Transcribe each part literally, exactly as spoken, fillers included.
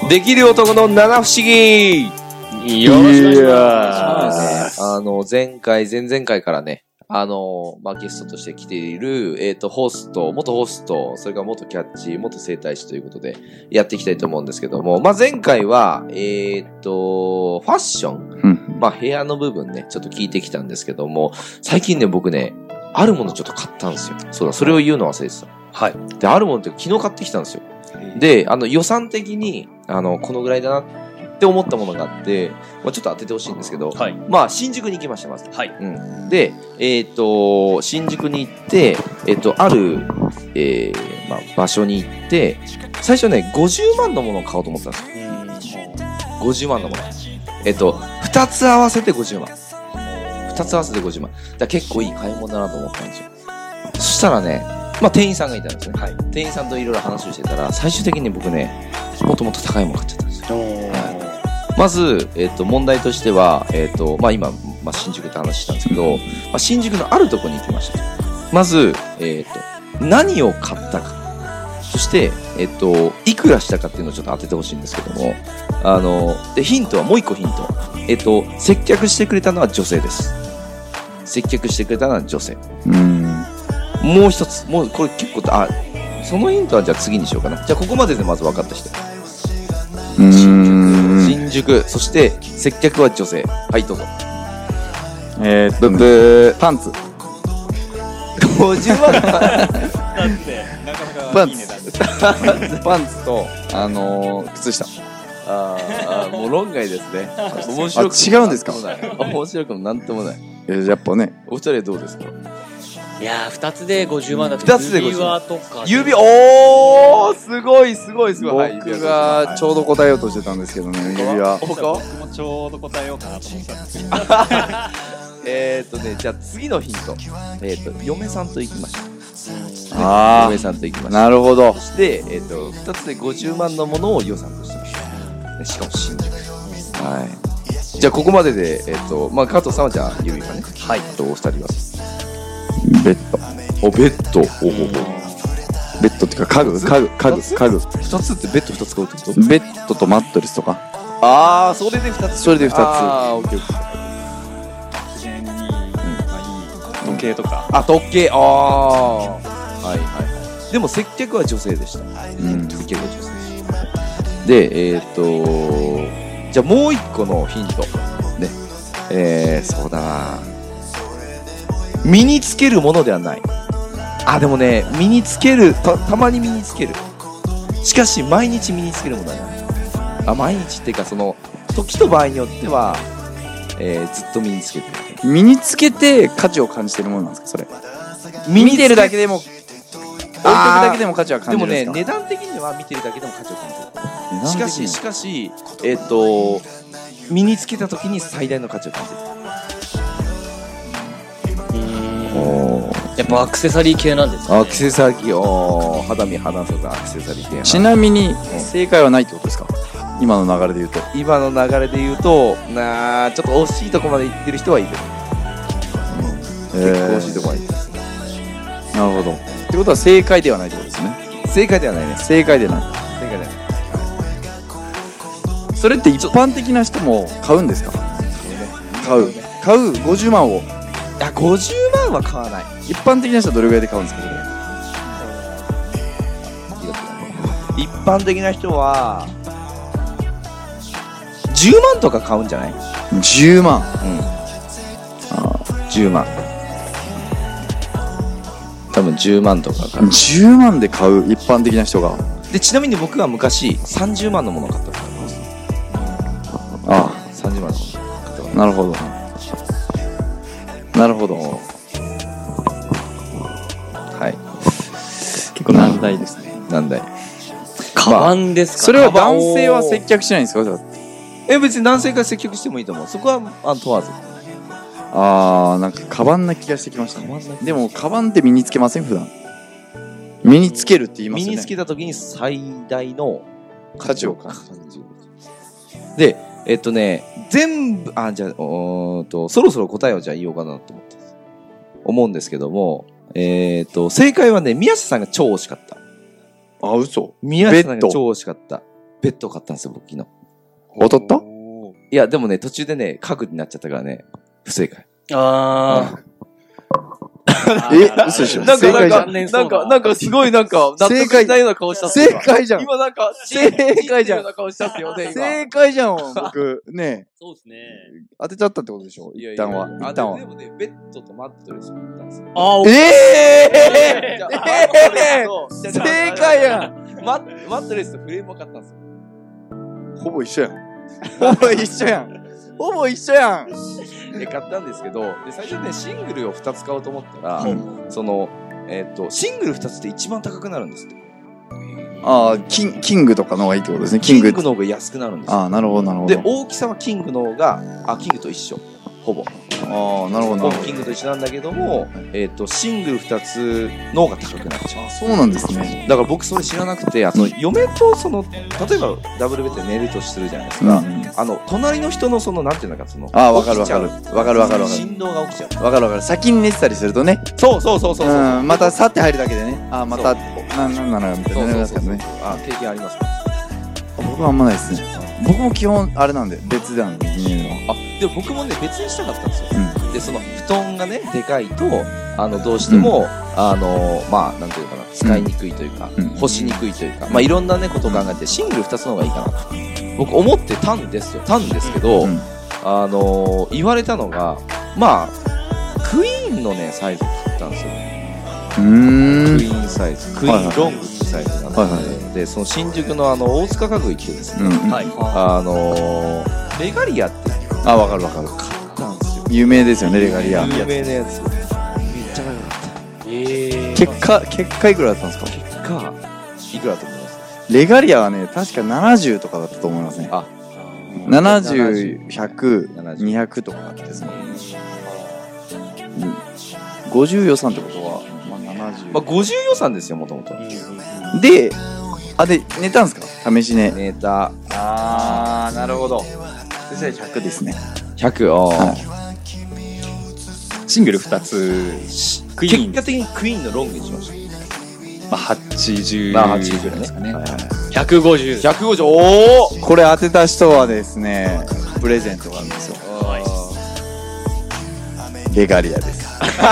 できる男の七不思議。 よろしくお願いします。 あの、前回、前々回からね、あの、まあ、ゲストとして来ている、えっと、ホスト、元ホスト、それから元キャッチ、元整体師ということで、やっていきたいと思うんですけども、まあ、前回は、えっと、ファッション、うん、まあ、部屋の部分ね、ちょっと聞いてきたんですけども、最近ね、僕ね、あるものちょっと買ったんですよ。そうだ、それを言うの忘れてた。はい。で、あるものって昨日買ってきたんですよ。で、あの、予算的に、あの、このぐらいだなって思ったものがあって、まあ、ちょっと当ててほしいんですけど、はい、まあ、新宿に行きました、まず。はい。うん。で、えっと、新宿に行って、えっと、ある、えー、まあ、場所に行って、最初ね、ごじゅうまんのものを買おうと思ったんですよ。ごじゅうまんのもの。えっと、ふたつ合わせてごじゅうまん。ふたつ合わせてごじゅうまん。だから結構いい買い物だなと思ったんですよ。そしたらね、まあ、店員さんがいたんですね。はい。店員さんといろいろ話をしてたら、最終的に僕ね、もっともっと高いもの買っちゃったんですよ。はい、まず、えっと、問題としては、えっと、まあ、今、まあ、新宿って話したんですけど、まあ、新宿のあるところに行きました。まず、えっと、何を買ったか。そして、えっと、いくらしたかっていうのをちょっと当ててほしいんですけども、あの、で、ヒントは、もう一個ヒント。えっと、接客してくれたのは女性です。接客してくれたのは女性。うーん。もう一つ、もうこれ結構、あ、そのヒントはじゃあ次にしようかな。じゃあここまででまず分かった人。うーん。新宿、そして接客は女性。はい、どうぞ。 えーっと、ブブー、パンツ。 ごじゅうまんだって、なかなかいい値段です。パンツと、あのー、靴下。 ああ、もう論外ですね。面白くあ、違うんですか？ 面白くもなんともない。 え、やっぱね。 お二人はどうですか？ いやー、二つでごじゅうまんだと指輪とか。 指輪、おー、すごいすごいすごい。 僕がちょうど答えようとしてたんですけどね、指輪。 僕もちょうど答えようかなと思ったんですけど。 えっとね、じゃあ次のヒント。えっと、嫁さんと行きました。 ああ。 嫁さんと行きました。 なるほど。 そして、えっと、二つでごじゅうまんのものを予算としてました。しかも新宿。はい。じゃあここまでで、えっと、まあ、加藤さんはじゃあ指輪ね。はい。とお二人は。 ベッド。 お、ベッド。おおお。 ベッドっていうか家具家具家具家具。 二つってベッド二つ買うってこと？ ベッドとマットレスとか。 ああ、それで二つ。 それで二つ。 ああ、オッケーオッケー。 自然に、まあ、いい時計とか。 あ、時計。ああ。はいはい。でも接客は女性でした。うん。接客は女性でした。で、えっと、じゃあもう一個のヒント。ね。えー、そうだな。身につけるものではない。あ、でもね、身につける、た、たまに身につける。しかし、毎日身につけるものはない。あ、毎日っていうか、その、時と場合によっては、えー、ずっと身につけてる。 身につけて価値を感じてるものなんですか、それ。見てるだけでも、置いとくだけでも価値は感じるんですか？ でもね、値段的には見てるだけでも価値を感じる。しかし、しかし、えっと、身につけた時に最大の価値を感じる。 やっぱアクセサリー系なんですか、ね、 アクセサリー系、お肌身離さずアクセサリー系。 ちなみに正解はないってことですか？今の流れで言うと。 今の流れで言うと、なー、ちょっと惜しいとこまで行ってる人はいる。うん、結構惜しいとこまで行ってる。 なるほど。ってことは正解ではないってことですね。 正解ではないね。 正解ではない。 正解ではない。それって一般的な人も買うんですか？買う。買うごじゅうまんを。 いや、ごじゅうまんは買わない。 一般的な人はどれぐらいで買うんですか、それ。 一般的な人はじゅうまんとか買うんじゃない？ じゅうまん。うん。 ああ、じゅうまん。多分じゅうまんとか買う。 じゅうまんで買う一般的な人が。 で、ちなみに僕は昔さんじゅうまんのものを買ったことあります。ああ、さんじゅうまんのもの買ったことあります。 なるほど。なるほど。 はい。 結構難題ですね。 難題。 カバンですか？ それは男性は接客しないんですか？ え、別に男性が接客してもいいと思う。そこはあ問わず。 あー、なんかカバンな気がしてきましたね。でもカバンって身につけません？普段。身につけるって言いますよね。 身につけた時に最大の価値を感じる。で、えっとね、全部、あ、じゃあ、おーと、そろそろ答えをじゃあ言おうかなと思って思うんですけども、えっと、正解はね、宮下さんが超惜しかった。 あ、嘘。 宮下さんが超惜しかった。 ベッドを買ったんですよ、僕昨日。 劣った？ いや、でもね、途中でね、家具になっちゃったからね、不正解。 ああ。 え、嘘でしょ？ なんか、 正解じゃん。 なんか、なんか、すごいなんか、納得しないような顔したっすよ。 正解じゃん。 今なんか、 正解じゃんような顔したっすよね、今。 正解じゃん、僕。ねそうですね。 当てちゃったってことでしょ？一旦は。一旦はで。もね、ベッドとマットレスを買ったんですよ。 あええじゃあえー正解やん。 ママットレスとフレームを買ったんですよ。 ほぼ一緒やん。ほぼ一緒やん。ほぼ一緒やん。 で、買ったんですけど、で、最初ね、シングルをふたつ買おうと思ったら、 うんその、えっと、シングルふたつって一番高くなるんですって。 ああ、キン、キングとかの方がいいってことですね。キング。 キングの方が安くなるんですよ。 ああ、なるほど、なるほで、 ど。 大きさはキングの方が、あ、キングと一緒。ほぼ。 ああ、なるほど、なるほほぼキングと一緒なんだけども、えっと、シングルふたつの方が高くなっちゃう。 ど。そうなんですね。 だから僕それ知らなくて、あの、嫁とその、例えばダブルベッドで寝るとするじゃないですか。 うんあの、隣の人のその、なんていうのか、その、 ああ、わかるわ起きちゃうかる。わかるわかるわかる。 振動が起きちゃう。 わかるわかる。先に寝てたりするとね。 そうそうそうそうそう。 うん、また去って入るだけでね。ああ、また、 そな、なんなのよ、みたいそうななりそうそうますからね。 あ、経験ありますか？ 僕はあんまないですね。僕も基本、あれなんで、別なんで、寝るのは。 あ、でも僕もね、別にしたかったんですよ。 うん。 で、その布団がね、でかいと、あの、どうしても、あの、まあ、なんていうのかな、使いにくいというか、 うん干しにくいというか、まあ、いろんなね、ことを考えて、シングルふたつの方がいいかなと。僕思ってたんですよ。たんですけど、 うんあの、言われたのが、まあ、クイーンのね、サイズを買ったんですよ。 うーん。 クイーンサイズ。クイはいはいーンロングってサイズなんで、 はいはで、その新宿のあの、大塚家具行ってですね、 うん。 はい。 あの、レガリアってあ、わかるわかる。 買ったんですよ。 有名ですよね、レガリア。 有名なやつ。めっちゃ長かった。 ええ。 結果、結果いくらだったんですか？ 結果、いくらだと思います？ レガリアはね、確かななじゅうとかだったと思いますね。 あ、 ななじゅう、ひゃく、 ななじゅうにひゃくとかだったですね。ごじゅう予算ってことは、まあ、ななじゅう。 まあ、ごじゅう予算ですよ、もともと。 で、あ、で、寝たんですか？試し寝。 ネタあー、なるほど。そしたらひゃくですね。 ひゃく、あはシングルふたつ、クイーン結果的にクイーンのロングにしましまあ、はちじゅう。 まあはちじゅうですかね。 た。 ひゃくごじゅう。 ひゃくごじゅう、おーこれ当てた人はですね、プレゼントがあるんですよ。 はい。 レガリアです。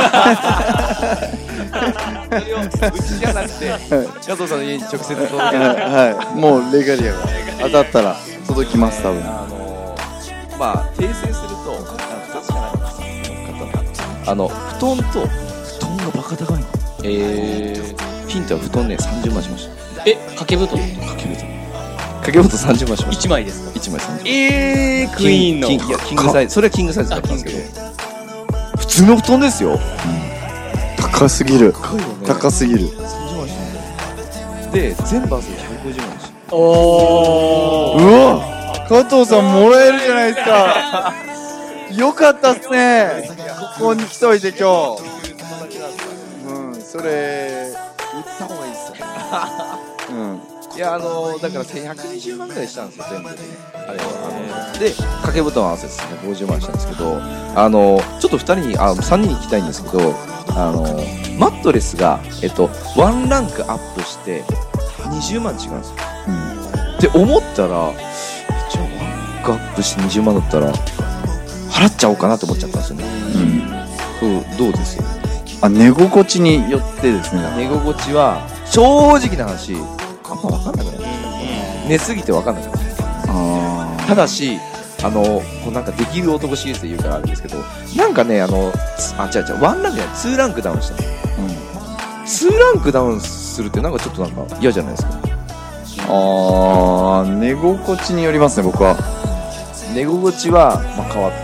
それをうちじゃなくて、加藤さんの家に直接届ける。 はい。もうレガリアが当たったら届きます、多分。 あのー、まあ、訂正すると、ふたつしかないんですよ、方あの、布団と、布団がバカ高いの。えー、ヒントは布団ね、さんじゅうまんしました。 え、掛け布団掛け布団。掛け布団さんじゅうまんしました。 いちまいですか？ いちまいさんじゅうまん。 えー、クイーンの。 キンいやキングサイズ、それはキングサイズだったんですけど、普通の布団ですよ。 高すぎる。 高いよね。 高すぎる。 さんじゅうまんしたんで。で、全部合わせてひゃくごじゅうまんでした。 おー。 うわ加藤さんもらえるじゃないですか。よかったっすね。ここに来といて今日。うん、それ、売った方がいいっすよ。うん。 いや、あのー、だからひゃくにじゅうまんぐらいしたんですよ、全部で。あれは。あので、掛け布団合わせてひゃくごじゅうまんしたんですけど、あのー、ちょっとふたりに、あ、さんにんに聞きたいんですけど、あのー、マットレスが、えっと、ワンランクアップして、にじゅうまん違うんですよ。って思ったら、じゃあワンランクアップしてにじゅうまんだったら、払っちゃおうかなと思っちゃったんですよね。 うん。 うん。どうですあ、寝心地によってですね。 寝心地は、正直な話、あんま分かんなくない。寝すぎて分かんなくない。 あただし、あの、こうなんかできる男シリーズで言うからあるんですけど、なんかね、あの、あ、違う違う、ワンランクじゃない、ツーランクダウンしたの。 ー。うん。 ツーランクダウンするってなんかちょっとなんか嫌じゃないですか。 あー、寝心地によりますね、僕は。 寝心地は、まあ変わった。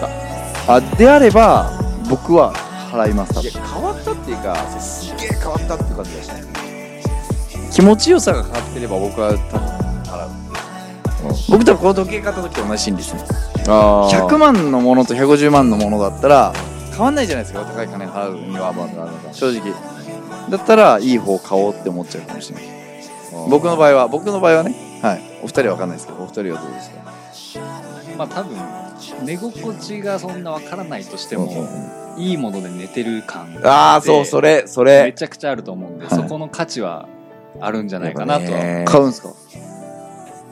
あ、であれば、僕は払います、多いや、 分。 変わったっていうか、すげえ変わったっていう感じがしたね。 気持ちよさが変わってれば僕は多分払う。僕とこの時計買った時と同じ心理ですね。 あひゃくまんのものとひゃくごじゅうまんのものだったら変わんないじゃないですか、高い金払うには。正直だったらいい方買おうって思っちゃうかもしれない。僕の場合は僕の場合はね、はい。お二人は分かんないですけど、 お二人はどうですか。 まあ多分、寝心地がそんなわからないとしても、 うんうんいいもので寝てる感ああ、そう、それ、そめれ。 ちゃくちゃあると思うんで、 はいそこの価値はあるんじゃないかなとは。 やっぱね買うんすか？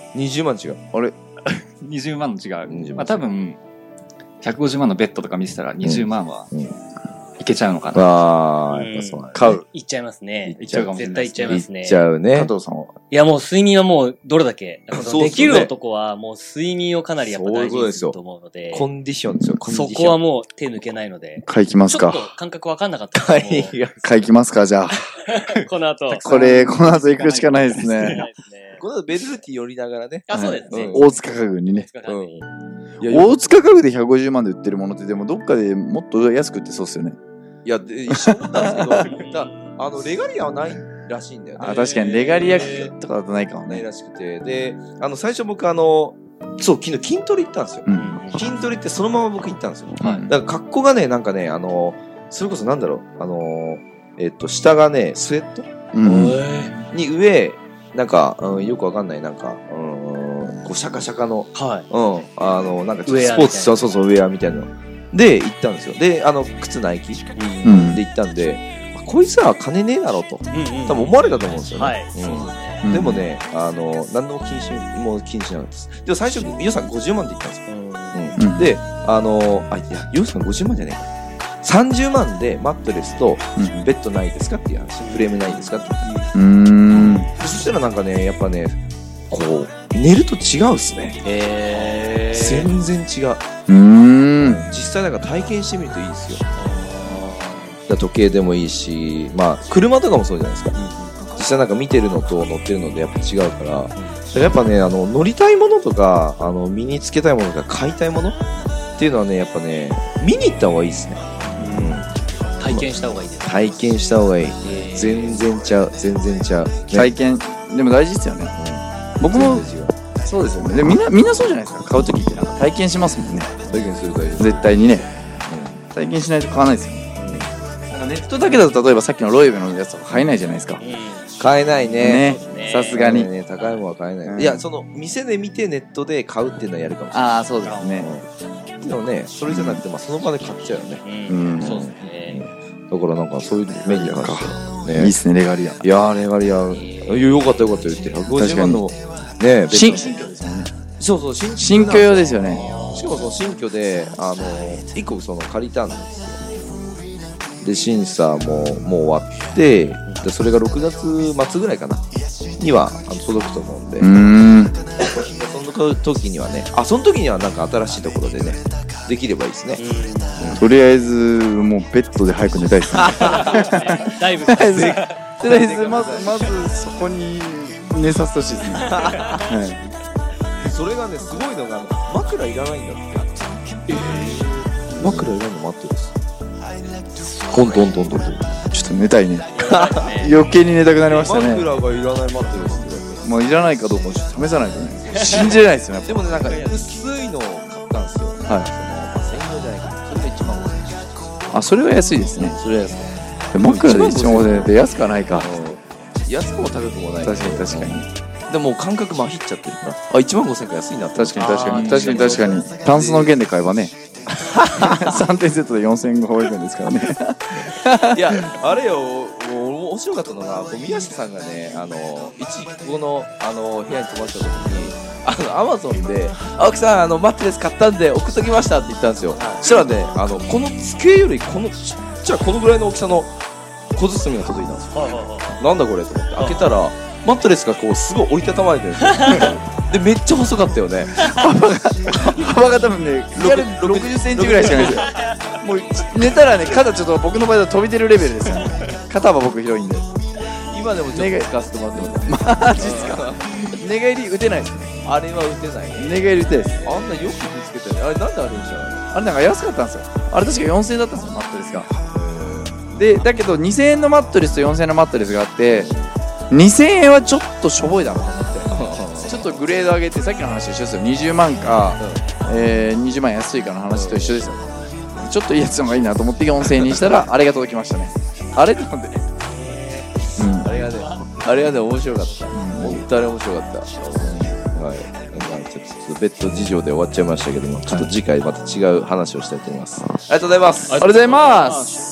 にじゅうまん違う。 あれにじゅうまんの違う。 にじゅうまんまあ多分、ひゃくごじゅうまんのベッドとか見せたらにじゅうまんはうんいけちゃうのかな。 ああ、やっぱそうなんだね。 買う。 いっちゃいますね。 いっちゃうかもしれ絶対いないですね。 っちゃいますね。 いっちゃうね。 加藤さんは。 いやもう睡眠はもうどれだけ。 そうっすよねできる男はもう睡眠をかなりやっぱ大事にすると思うので、 コンディションですよ、コンディそション。 こはもう手抜けないので、 買いきますかちょっと。感覚わかんなかったんですけど、 買いきますか、じゃあ。 この後。 これ、この後行くしかないですね。 ないですね。 この後ベルルティ寄りながらね。 あ、そうですね。 うん大塚家具にね。 うん。いや、 大塚家具でひゃくごじゅうまんで売ってるものって、でもどっかでもっと安く売ってそうっすよね。 いや、で一緒なんですけど、だあの、レガリアはないらしいんだよね。 あ、確かにレガリアとかだとないかもね。 ないらしくて。で、あの、最初僕あの、そう、昨日筋トレ行ったんですよ。 うん。 筋トレってそのまま僕行ったんですよ。 はいだから格好がね、なんかね、あの、それこそなんだろう、あの、えっと、下がね、スウェットうん。 に上、なんか、うん、よくわかんない、なんか、うん、こう、シャカシャカの、 はい。 うん、あの、なんかちょっウェアとスポーツ、 みたいなそうそうそう、ウェアみたいなの。で、行ったんですよ。で、あの、靴ナイキうんで行ったんで、こいつらは金ねえだろうと。 うんうん。 多分思われたと思うんですよね。 はい。 うんそうですね。 うんでもね、あの、何でも気にし、もう気にしなかったです。でも最初、予算ごじゅうまんで行ったんですよ。 うんうんで、あの、あ、いや、予算ごじゅうまんじゃねえか。さんじゅうまんでマットレスとうんベッドないですかっていう話。フレームないですかって言ったうーん。 でそしたらなんかね、やっぱね、こう、寝ると違うっすね。 へー。 全然違う。 うーん。 実際なんか体験してみるといいですよ。だから時計でもいいし、まあ、車とかもそうじゃないですか。実際なんか見てるのと乗ってるのでやっぱ違うから、だからやっぱね、あの、乗りたいものとか、あの、身につけたいものとか買いたいものっていうのはね、やっぱね、見に行った方がいいですね。うん。 体験した方がいいです。 体験した方がいい。 へー全然ちゃう。全然ちゃう。ね体験、でも大事ですよね。僕も全然違うそうですよね。でみんな、みんなそうじゃないですか。買うときってなんか体験しますもんね。 体験するといい。 絶対にね。体験しないと買わないですよ。なんかネットだけだと例えばさっきのロイベのやつとか買えないじゃないですか。 買えないね。 ね。さすがに。 ね、高いものは買えない。 うんいや、その、店で見てネットで買うっていうのはやるかもしれない。 ああ、そうですね。 うんでもね、それじゃなくて、まあ、その場で買っちゃうよね。 う。 うんん。 そうですね。 だからなんか、そういう面に関してね。 いいっすね、レガリア。 いやー、レガリア、いやよかったよかった言って、ひゃくごじゅうまんの、ね、 新別に新居ですもんね。 そうそう、新新居用ですよね。 しかもその新居で、あの、一個その借りたんですよ。で、審査ももう終わって、で、それがろくがつ末ぐらいかな、には、あの、届くと思うんで、 うーん。 でその時にはね、あ、その時にはなんか新しいところでね、できればいいですね。 とりあえず、もうベッドで早く寝たいですね。 だいぶ。 とりあえず、とりあえずまず、まずそこに寝させてほしいですね。はいそれがね、すごいのが、枕いらないんだって。枕いらんの待ってるんです。トントントントントン。 ちょっと寝たいね。余計に寝たくなりましたね。 枕がいらないマットレスって言われて。 もういらないかどうかちょっと試さないとね。信じれないですよね。 でもね、なんか薄いのを買ったんですよ。 はい。 その、まあ、専用じゃないけど、それがいちまんごせんえん。 あ、それは安いですね。 それは安い。 で枕でいちまんごせんえんって安くはないか。 安くも高くもない。 確かに確かに。 でも感覚まひっちゃってるから。あ、いちまんごせんえんか安いなって。 確かに確かに。 あー確かに確かに。タンスの弦で買えばね。さんてんセットでよんせんごひゃくえんですからね。 いや、あれよ、もう面白かったのが、こう宮下さんがね、あの、一、ここの、あの、部屋に泊まった時に、あの、アマゾンで、青木さん、あの、マットレス買ったんで送っときましたって言ったんですよ。そしたらね、あの、この机より、この、ちっちゃい、このぐらいの大きさの小包が届いたんですよ。 はいはいはいなんだこれと思って、開けたら、マットレスがこう、すごい折りたたまれてるんですよ。で、めっちゃ細かったよね。 幅が多分ね、リアルろくじゅっセンチぐらいしかないですよ。もう寝たらね、肩ちょっと僕の場合は飛び出るレベルですよね。肩は僕広いんで。 今でもちょっと使わせてもらってます。 マジっすか。寝返り打てないですね。 あれは打てないね。 寝返り打てないです。 あんなよく見つけたよね。あれなんであれにしたの？ あれなんか安かったんですよ。あれ確かよんせんえんだったんですよ、マットレスが。で、だけどにせんえんのマットレスとよんせんえんのマットレスがあって、にせんえんはちょっとしょぼいだなと思って。ちょっとグレード上げて、さっきの話と一緒ですよ。にじゅうまんか、えー、にじゅうまん安いかの話と一緒ですよ。ちょっといいやつの方がいいなと思ってよんせんえんにしたら、あれが届きましたね。あれってなんでね。うん。 あれがね、あれがね、面白かった。本当あれ面白かった。はい。なんかちょっとベッド事情で終わっちゃいましたけども、ちょっと次回また違う話をしたいと思います。ありがとうございます。 ありがとうございます。